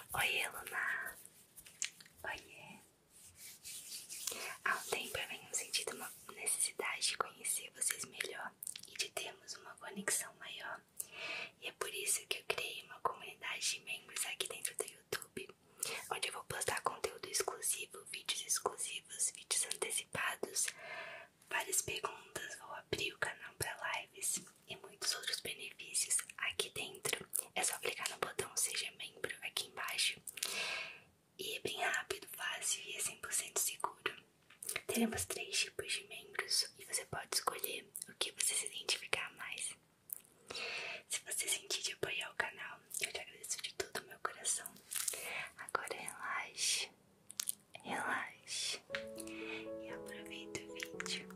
Oiê, Luna. Oiê. Há um tempo eu venho sentindo uma necessidade de conhecer vocês melhor e de termos uma conexão maior. E é por isso que eu criei uma comunidade de membros aqui dentro do YouTube, onde eu vou postar conteúdo exclusivo, vídeos antecipados, várias perguntas, vou abrir o canal para lives e muitos outros benefícios aqui dentro. É só clicar no botão Seja Membro aqui embaixo e é bem rápido, fácil e é 100% seguro. Teremos 3 tipos de membros e você pode escolher o que você se identificar mais. Se você sentir de apoiar o canal, eu te agradeço de todo o meu coração. Agora relaxe, relaxe e aproveita o vídeo.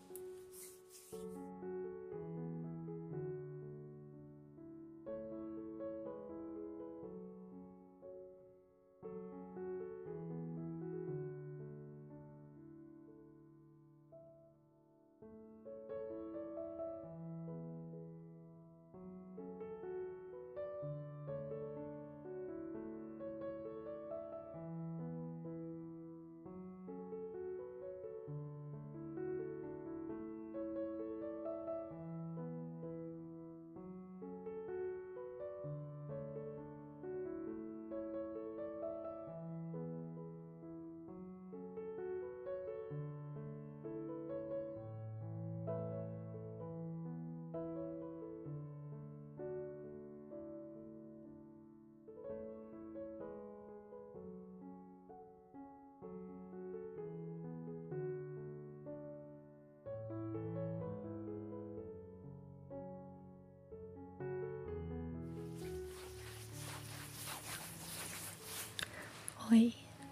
Oi,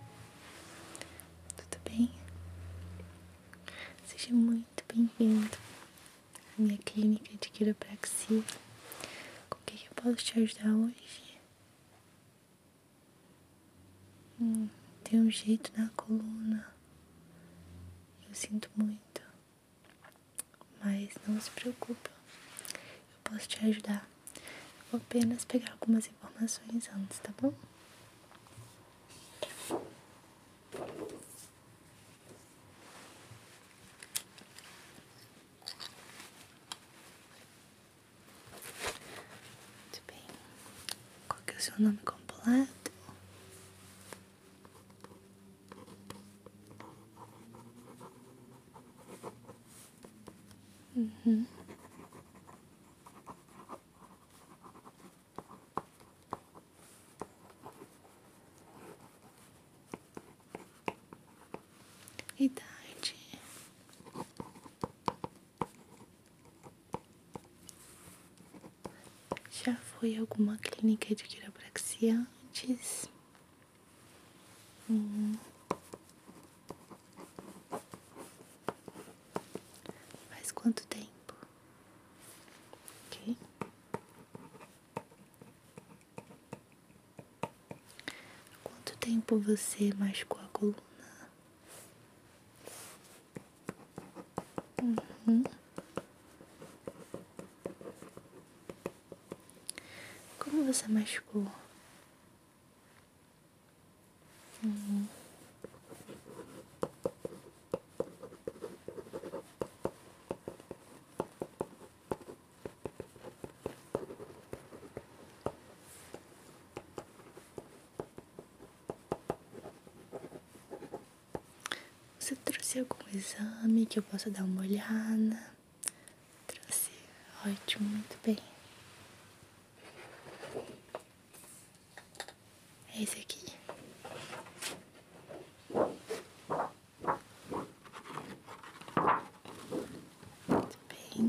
tudo bem? Seja muito bem-vindo à minha clínica de quiropraxia. Com o que eu posso te ajudar hoje? Tem um jeito na coluna, eu sinto muito, mas não se preocupa, eu posso te ajudar. Eu vou apenas pegar algumas informações antes, tá bom? Muito bem. Qual que é o seu nome completo? Idade. Já foi a alguma clínica de quiropraxia antes? Faz quanto tempo? Ok. Quanto tempo você machucou a coluna? Como você machucou? Você trouxe algum exame que eu possa dar uma olhada? Trouxe. Ótimo, muito bem. É esse aqui. Muito bem.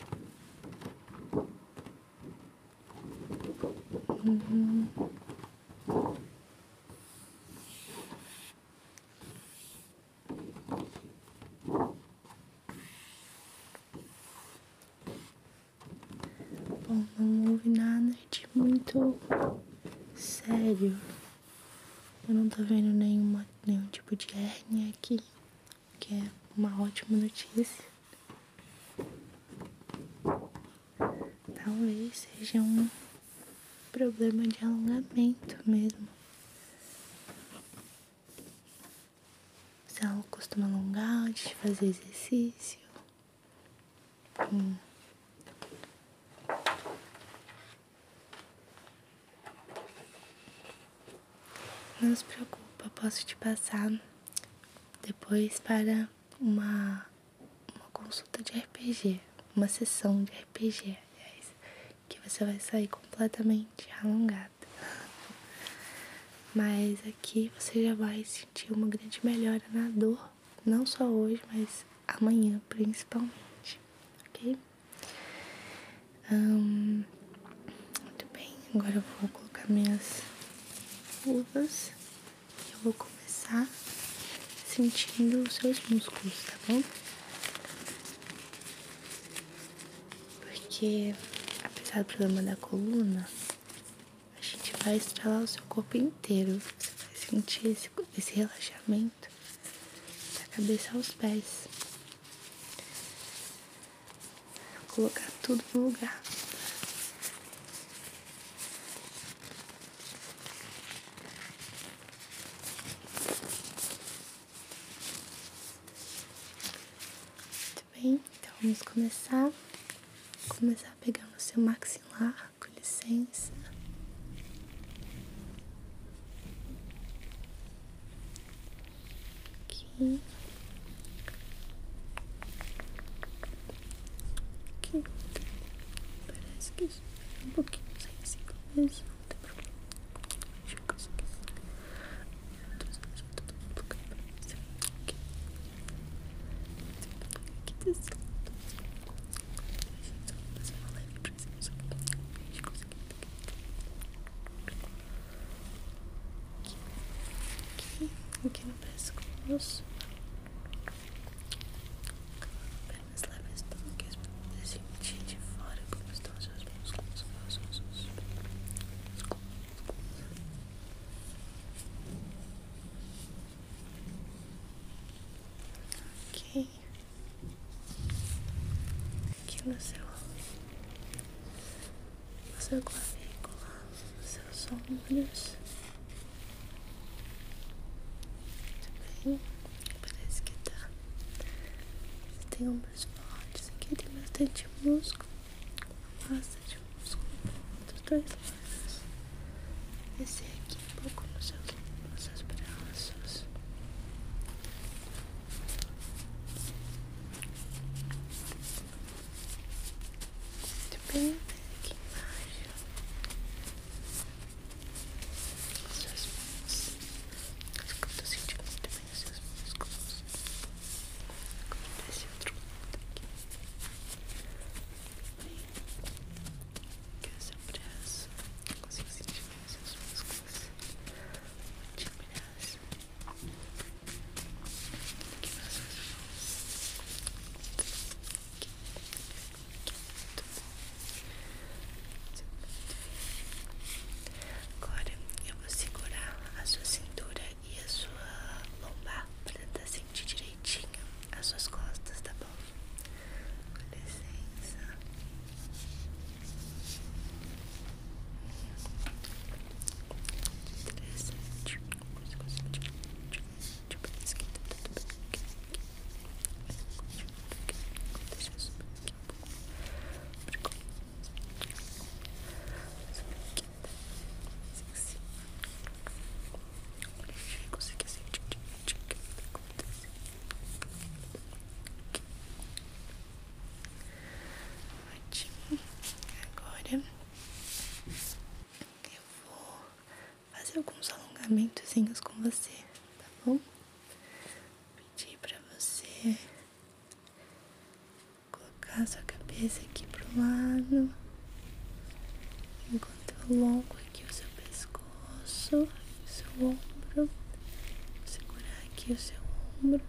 Bom, não houve nada de muito sério. Eu não tô vendo nenhum tipo de hérnia aqui, que é uma ótima notícia. Talvez seja um problema de alongamento mesmo. ela costuma alongar antes de fazer exercício? Não se preocupa, posso te passar depois para uma consulta de RPG, uma sessão de RPG, aliás, que você vai sair completamente alongada. Mas aqui você já vai sentir uma grande melhora na dor, não só hoje, mas amanhã principalmente, ok? Muito bem, agora eu vou colocar minhas luvas e eu vou começar sentindo os seus músculos, tá bom? Porque apesar do problema da coluna, a gente vai estralar o seu corpo inteiro. Você vai sentir esse relaxamento da cabeça aos pés. Vou colocar tudo no lugar. Muito bem, então vamos começar. Vou começar pegando o seu maxilar, com licença. Aqui. Aqui. Parece que isso é um pouquinho sem assim começo. Não tem problema. Deixa eu conseguir. Já tô todo lugar pra você. Aqui. Aqui desse lado. Deixa eu só fazer uma leve pressão. Deixa eu conseguir. Aqui no pescoço. Apenas leves toques para poder sentir de fora como estão os seus músculos. Ok. Aqui no seu clavícula, nos seus ombros. Muito bem. Parece que tá. Você tem ombros fortes. Aqui tem bastante músculo. Bastante músculo dos dois lados. Descer aqui um pouco nos seus braços. Muito bem. Aqui embaixo. As suas mãos. Acho que eu tô sentindo muito bem os seus músculos. Agora desse outro lado aqui. Bem. Aqui o seu braço. Consigo sentir bem os seus músculos. De braço. Aqui nas suas mãos. Aqui. Muito bom. Agora eu vou segurar a sua cintura e a sua lombar pra tentar sentir direitinho as suas costas, tá bom? Com licença. Interessante. Consigo sentir de pela esquerda, tudo bem. Deixa eu subir aqui um pouco. Subir aqui. Assim. Olha, eu já consegui sentir direitinho o que tá acontecendo. Ótimo. Agora eu vou fazer alguns alongamentozinhos com você, tá bom? Pedir pra você colocar a sua cabeça aqui pro lado, enquanto eu alongo aqui o seu pescoço, o seu ombro. Vou segurar aqui o seu ombro,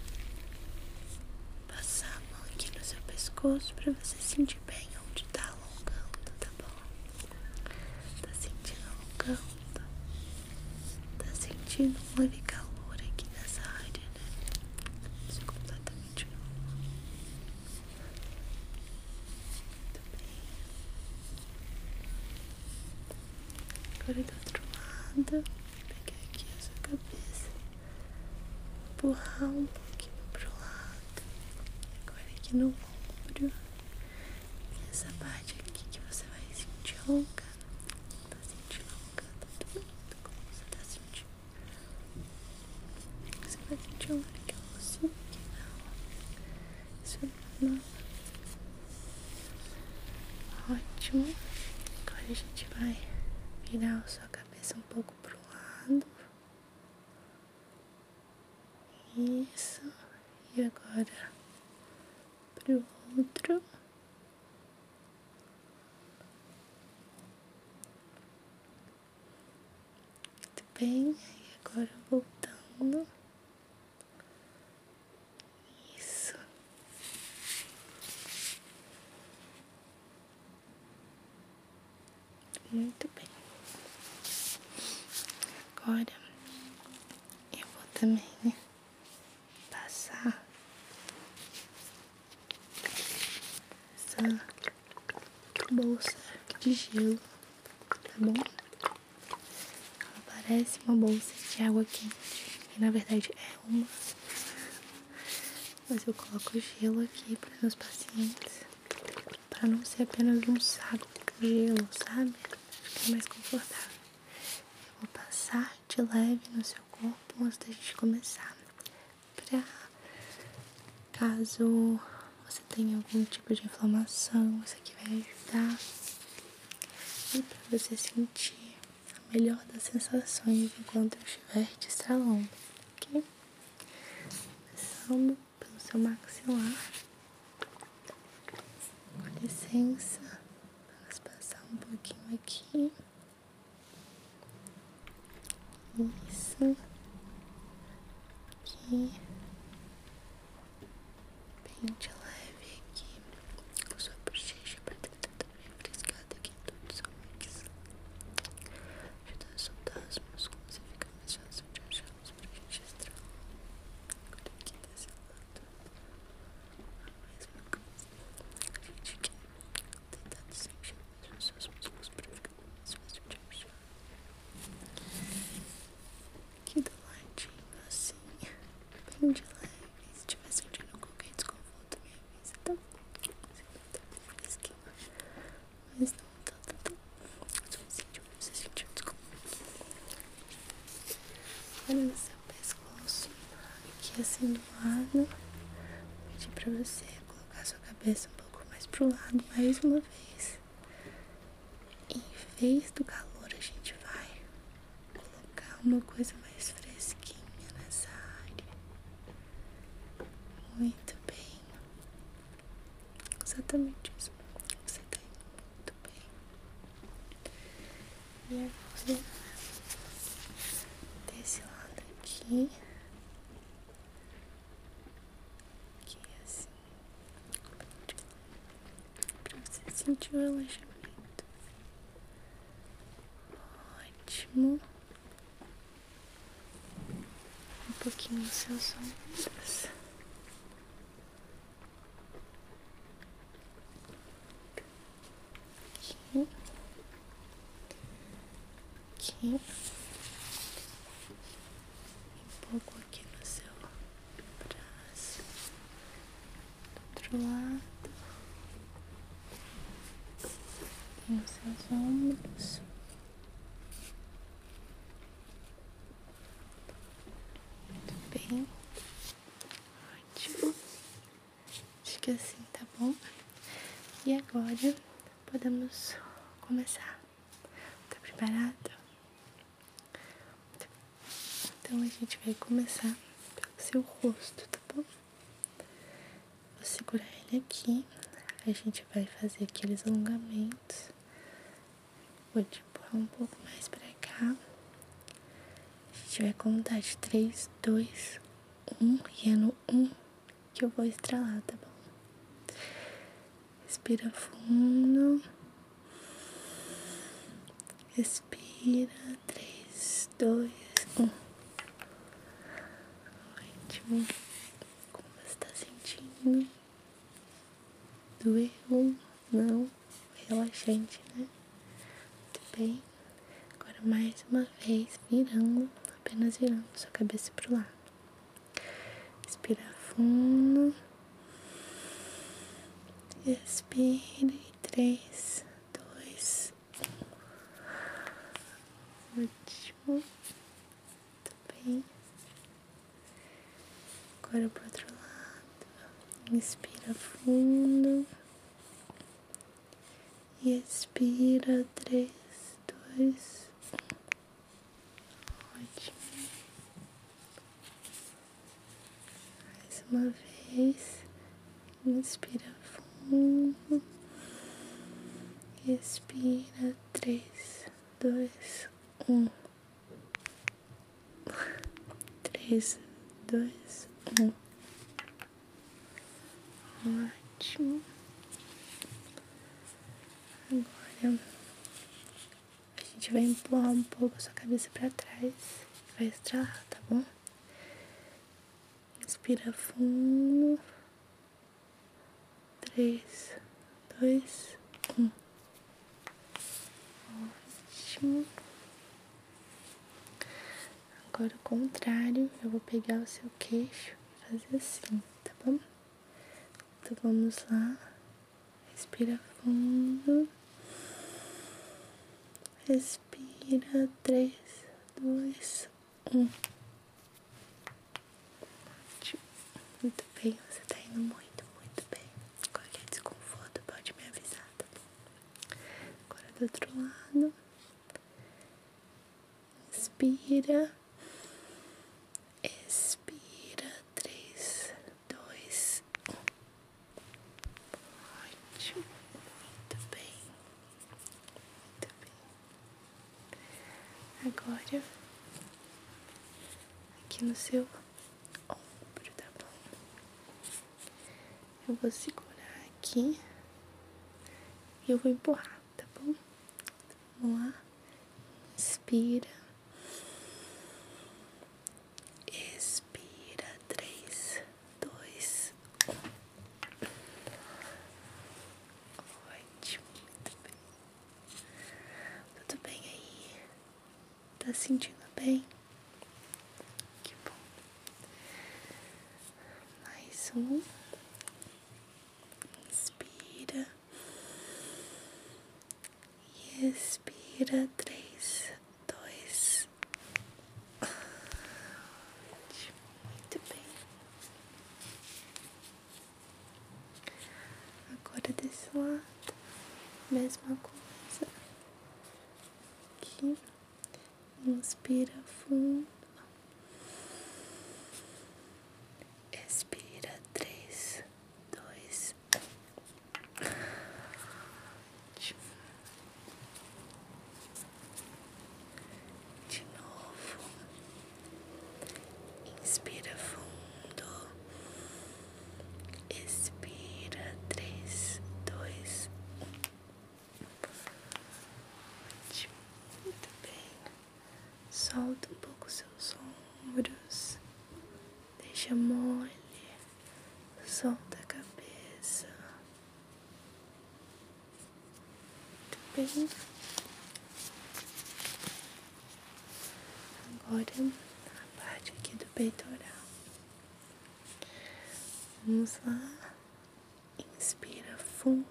passar a mão aqui no seu pescoço pra você sentir bem onde tá alongando, tá bom? Tá sentindo alongando? Tá sentindo um leve calor aqui nessa área, né? Isso é completamente normal. Muito bem. Agora do outro lado, pegar aqui a sua cabeça, empurrar um pouquinho pro lado. Agora aqui no ombro. E essa parte aqui que você vai sentir alongada. Tá sentindo alongada tudo? Como você tá sentindo? Você vai sentir uma hora que eu vou sentir. Isso não. Ótimo. Agora a gente vai virar a sua cabeça um pouco pro lado. Isso. E agora pro outro. Muito bem. E agora voltando. Isso. Muito bem. Agora eu vou também passar essa bolsa de gelo, tá bom? Ela parece uma bolsa de água quente, e na verdade é uma. Mas eu coloco gelo aqui para meus pacientes, para não ser apenas um saco de gelo, sabe? Ficar mais confortável. Eu vou passar de leve no seu corpo antes da gente começar, pra caso você tenha algum tipo de inflamação, isso aqui vai ajudar. E pra você sentir a melhor das sensações enquanto eu estiver te estralando, ok? Começando pelo seu maxilar. Com licença, vamos passar um pouquinho aqui. Isso. Aqui. Bem de leve aqui. Com sua bochecha pra tentar dar uma refrescada aqui em todo o seu maxilar. Ajuda a soltar os músculos e fica mais fácil de achá-los pra gente estralar. Agora aqui desse lado. A mesma coisa. A gente quer tentar desencher mesmo os seus músculos pra ficar mais fácil de achar. Aqui do ladinho, assim, bem de leve. Se estiver sentindo qualquer desconforto, me avisa, tá? Se não tá bem fresquinho, mas não tá tão suficiente pra você sentir o desconforto. Olha no seu pescoço, aqui assim do lado. Vou pedir pra você colocar sua cabeça um pouco mais pro lado, mais uma vez. Em vez do calor, a gente vai colocar uma coisa mais fresquinha nessa área. Muito bem. Exatamente isso. Você tá indo muito bem. E agora, desse lado aqui. Aqui assim. Pra você sentir o relaxamento. Ótimo. Um pouquinho nos seus ombros. Aqui. Aqui. Um pouco aqui no seu braço. Do outro lado. E nos seus ombros. Muito bem. Ótimo. Acho que assim tá bom. E agora podemos começar. Tá preparado? Então a gente vai começar pelo seu rosto, tá bom? Vou segurar ele aqui. A gente vai fazer aqueles alongamentos. Vou te empurrar um pouco mais pra cá. A gente vai contar de 3, 2, 1. E é no 1 que eu vou estralar, tá bom? Respira fundo. Respira. 3, 2, 1. Ótimo. Como você tá sentindo? Doeu? Não? Relaxante, né? Muito bem. Agora mais uma vez, virando, apenas virando sua cabeça pro lado. Respira fundo. Expira e 3, 2, 1. Ótimo. Muito bem. Agora pro outro lado. Inspira fundo. E expira 3, 2, 1. Ótimo. Mais uma vez. Inspira fundo. Expira 3, 2, 1. 3, 2, 1. Ótimo. Agora a gente vai empurrar um pouco a sua cabeça para trás. Vai estralar, tá bom? Inspira fundo. 3, 2, 1. Ótimo. Agora o contrário, eu vou pegar o seu queixo e fazer assim, tá bom? Então vamos lá. Respira fundo. Respira 3, 2, 1. Ótimo. Muito bem, você tá indo muito, muito bem. Qualquer desconforto pode me avisar, tá bom? Agora do outro lado. Inspira. Expira 3, 2, 1. Ótimo. Muito bem. Muito bem. Agora aqui no seu ombro, tá bom? Eu vou segurar aqui e eu vou empurrar, tá bom? Vamos lá. Inspira. Expira 3, 2, 1. Ótimo, muito bem. Tudo bem aí? Tá sentindo bem? Que bom. Mais um. Inspira. E expira 3, 2. Ótimo, muito bem. Agora desse lado, mesma coisa. Aqui. Inspira fundo. Expira 3, 2, 1. Ótimo. De novo. Inspira fundo. Expira 3, 2, 1. Ótimo. Muito bem. Solta um pouco seus ombros. Deixa mole. Solta a cabeça. Muito bem. Agora a parte aqui do peitoral. Vamos lá. Inspira fundo.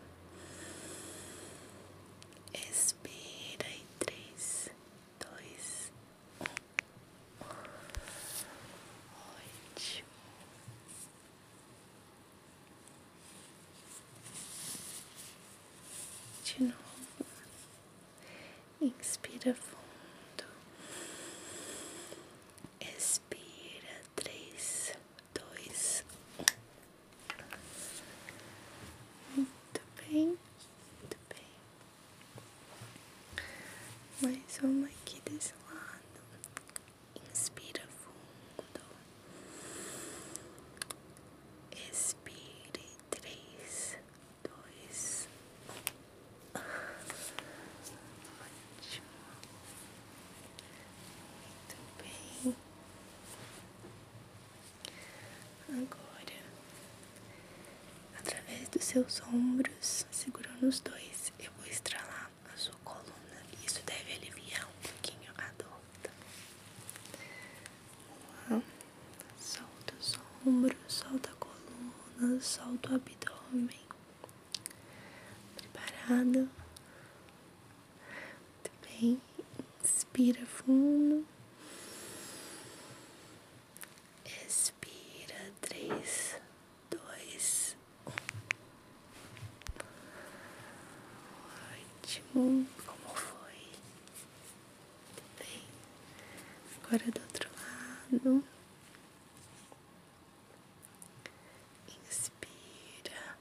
Expira e 3, 2, 1. Ótimo. De novo. Inspira fundo. Expira 3, 2, 1. Muito bem, muito bem. Mais uma aqui desse lado. Inspira fundo. Expire 3, 2, 1. Ótimo. Muito bem. Agora, através dos seus ombros, segurando os dois, eu vou estralar a sua coluna. Isso deve aliviar um pouquinho a dor, tá? Vamos lá. Solta os ombro, solta a coluna, solta o abdômen. Preparado? Muito bem. Inspira fundo. Expira. 3, 2, 1. Ótimo. Como foi? Muito bem. Agora do outro lado. Inspira.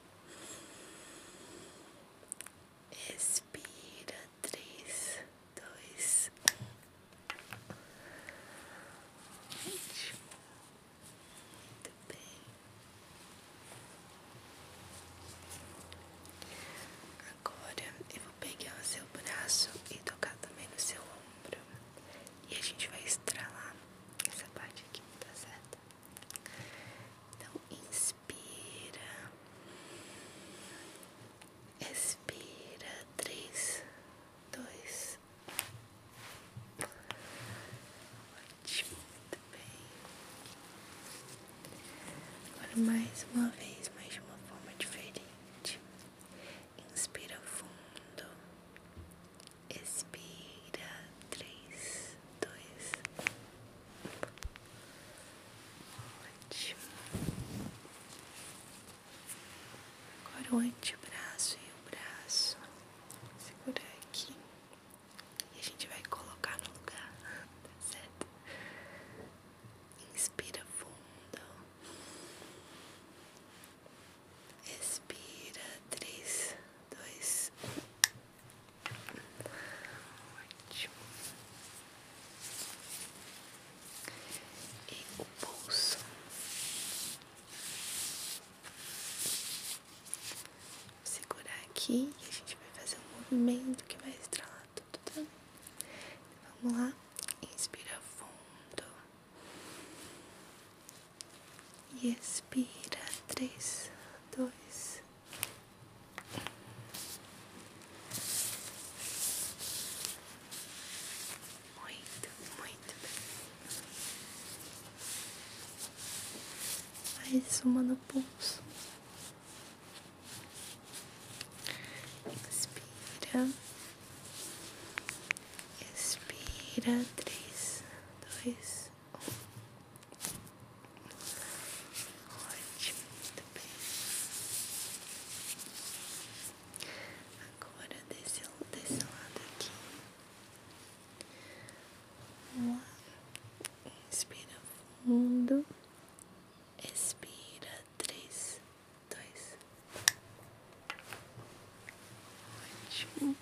Expira. 3, 2, 1. Ótimo. Muito bem. Agora eu vou pegar o seu braço e tocar também no seu ombro. E a gente vai estralar essa parte aqui, tá certo? Então, inspira. Expira. 3, 2, 1. Ótimo, muito bem. Agora mais uma vez, mas de uma forma diferente. Inspira fundo. Expira. 3, 2, 1. Ótimo. Agora o antebraço e o braço. Segura aqui. E a gente vai colocar no lugar, tá certo? Inspira fundo. Expira. 3, 2, 1. Ótimo. E o pulso. Vou segurar aqui e a gente vai fazer um movimento que vai estralar tudo, tá? Vamos lá. Inspira fundo. E expira. 3, 2, 1. Muito, muito bem. Mais uma no pulso. Inspira. Expira. 3, 2, 1. Ótimo, muito bem. Agora desse lado aqui. Vamos lá. Inspira fundo. Expira. 3, 2, 1. Ótimo.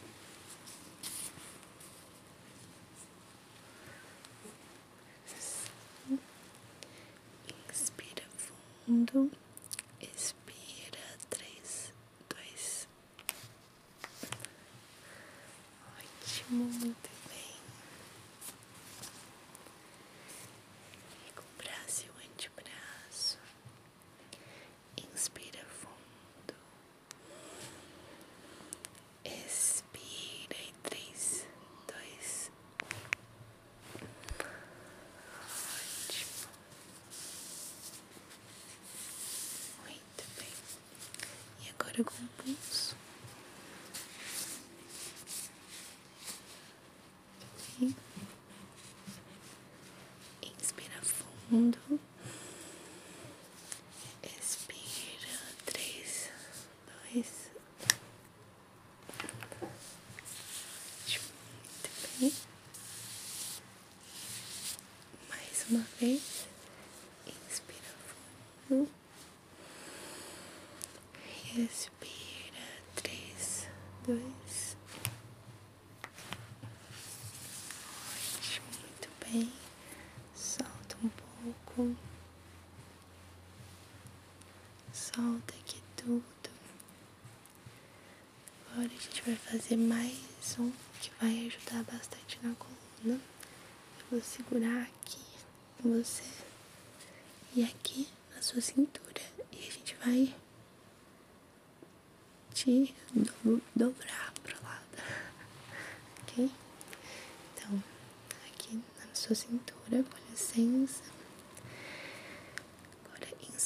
Inspira fundo. Expira. 3, 2, 1. Ótimo, muito bem. E com o braço e o antebraço. Inspira fundo. Expira em 3, 2, 1. Ótimo. Muito bem. E agora com o pulso. E inspira fundo. Expira. 3, 2, 1. Ótimo. Muito bem. Mais uma vez. Inspira fundo. Expira. 3, 2, 1. Ótimo, muito bem. Solta um pouco. Solta aqui tudo. Agora a gente vai fazer mais um que vai ajudar bastante na coluna. Eu vou segurar aqui em você e aqui na sua cintura. E a gente vai te dobrar pro lado, ok? Então, aqui na sua cintura, com licença. Agora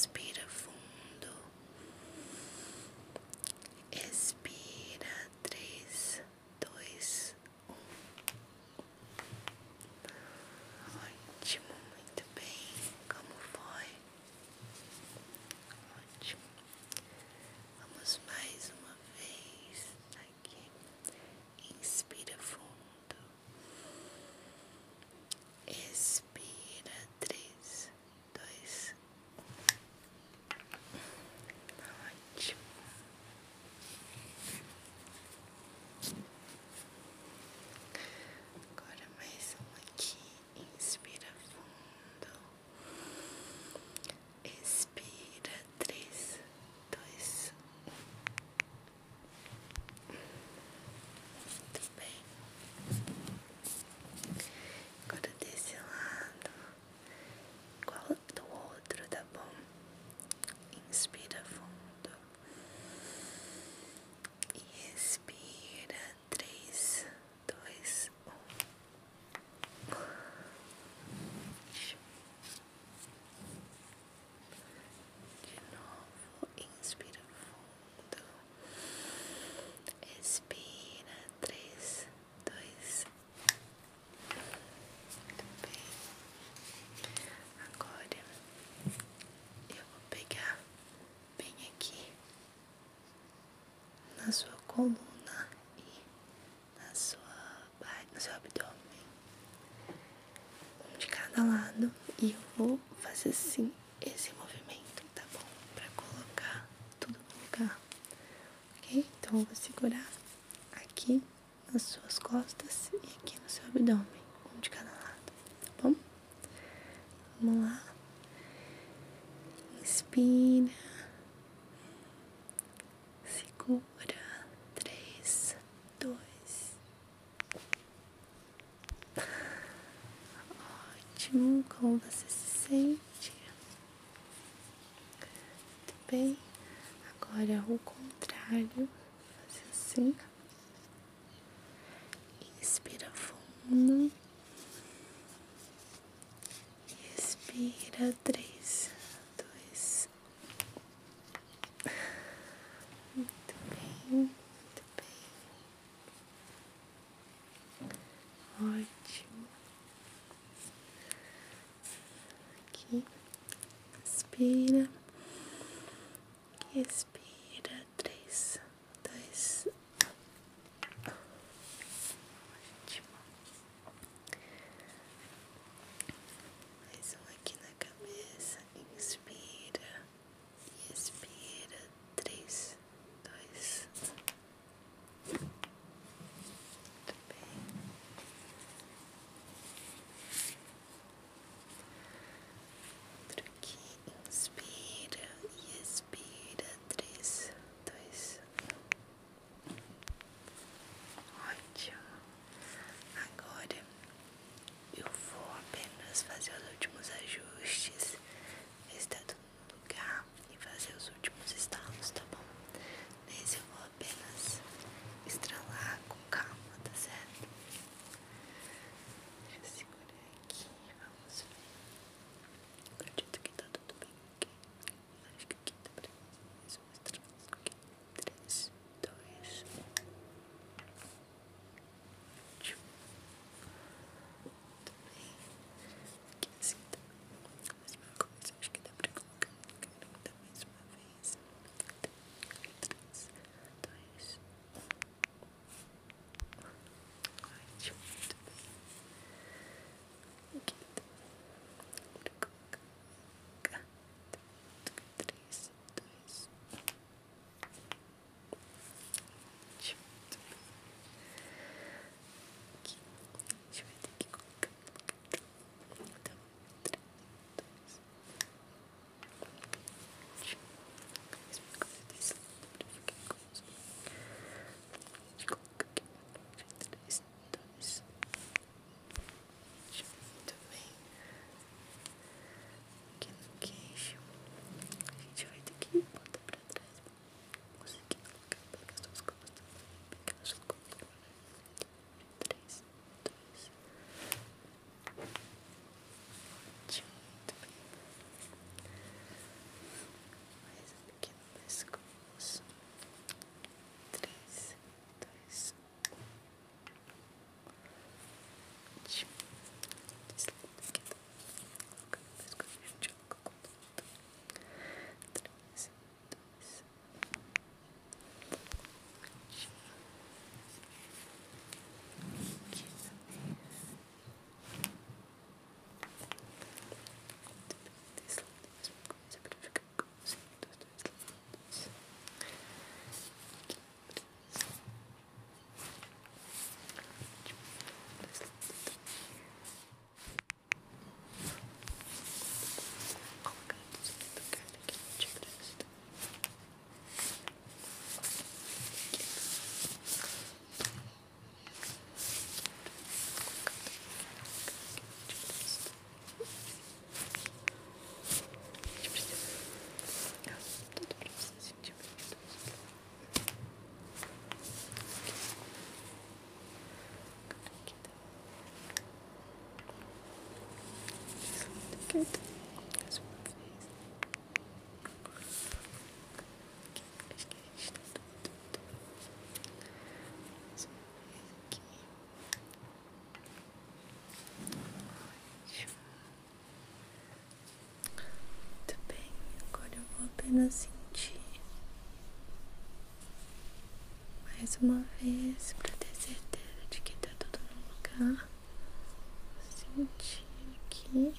coluna e na sua barriga, no seu abdômen, um de cada lado, e eu vou fazer assim esse movimento, tá bom? Pra colocar tudo no lugar, ok? Então eu vou segurar aqui nas suas costas e aqui no seu abdômen, um de cada lado, tá bom? Vamos lá. Inspira, segura, 3, 2. Ótimo, como você se sente? Muito bem. Agora o contrário, fazer assim. Inspira fundo. Expira, 3, 2. Muito bem, muito bem. Ótimo. Aqui. Inspira. Expira, 3, 2. Ótimo. Mais um aqui na cabeça. Inspira. E expira, 3, 2. Muito bem. Outro aqui. Inspira e expira, 3, 2. Ótimo. Agora eu vou apenas fazer os últimos ajustes, ver se tá tudo no lugar e fazer os últimos estalos, tá bom? Nesse eu vou apenas estralar com calma, tá certo? Deixa eu segurar aqui, vamos ver. Acredito que tá tudo bem aqui. Acho que aqui tá pra mais um estralo aqui. 3, 2. Ótimo. Muito bem. Aqui assim tá. A mesma coisa, acho que dá pra colocar no lugar da mesma vez. 3, 2. Ótimo, muito bem. Aqui tá. Pra colocar. 3, 2. Ótimo, muito bem. Aqui. A gente vai ter que colocar no lugar. Então, 3, 2. Ótimo. Mesma coisa desse lado pra ficar igualzinho. A gente coloca aqui. 3, 2. Ótimo, muito bem. Aqui no queixo. A gente vai ter que botar pra trás pra conseguir colocar, pegar suas costas, pegar a sua coluna. 3, 2. Ótimo, muito bem. Mais um pequeno pescoço. 3, 2. Ótimo. Desse lado aqui tá colocando o pescoço juntinho com a coluna. 3, 2. Ótimo. Aqui também. Desse lado a mesma coisa pra ficar igualzinho dos dois lados. Aqui, 3. Ótimo. Desse lado também. Colocar tudo no lugar aqui no antebraço também. Tudo pra você sentir bem de todos os lados. Aqui tá. Esse lado aqui tá. Mais uma vez. Aqui, acho que a gente tá tudo. Mais uma vez aqui. Ótimo. Muito bem. Agora eu vou apenas sentir mais uma vez pra ter certeza de que tá tudo no lugar. Sentir aqui.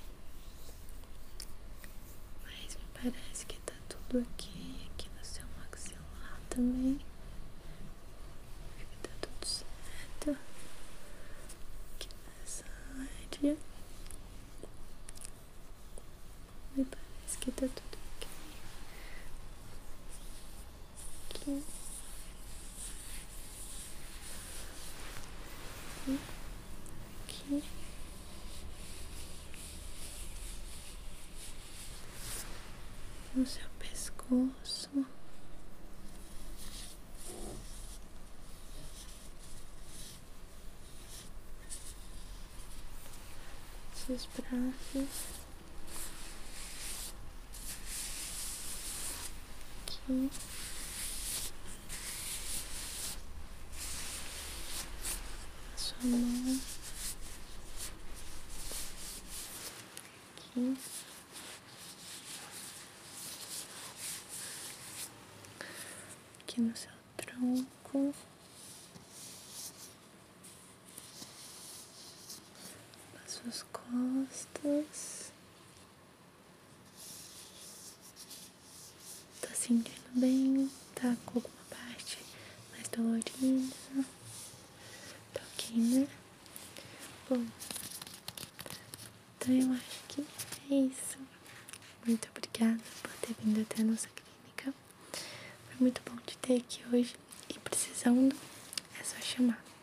Mas me parece que tá tudo aqui. Aqui no seu maxilar também. Acho que tá tudo certo. Aqui nessa área. Me parece que tá tudo ok. Aqui. Aqui. No seu pescoço, seus braços, aqui, a sua mão, aqui, aqui no seu tronco, as suas costas. Tá sentindo bem? Tá com alguma parte mais dolorida? Tá ok, né? Bom, então eu acho que é isso. Muito obrigada por ter vindo até a nossa clínica. Foi muito bom te ter aqui hoje. E precisando, é só chamar.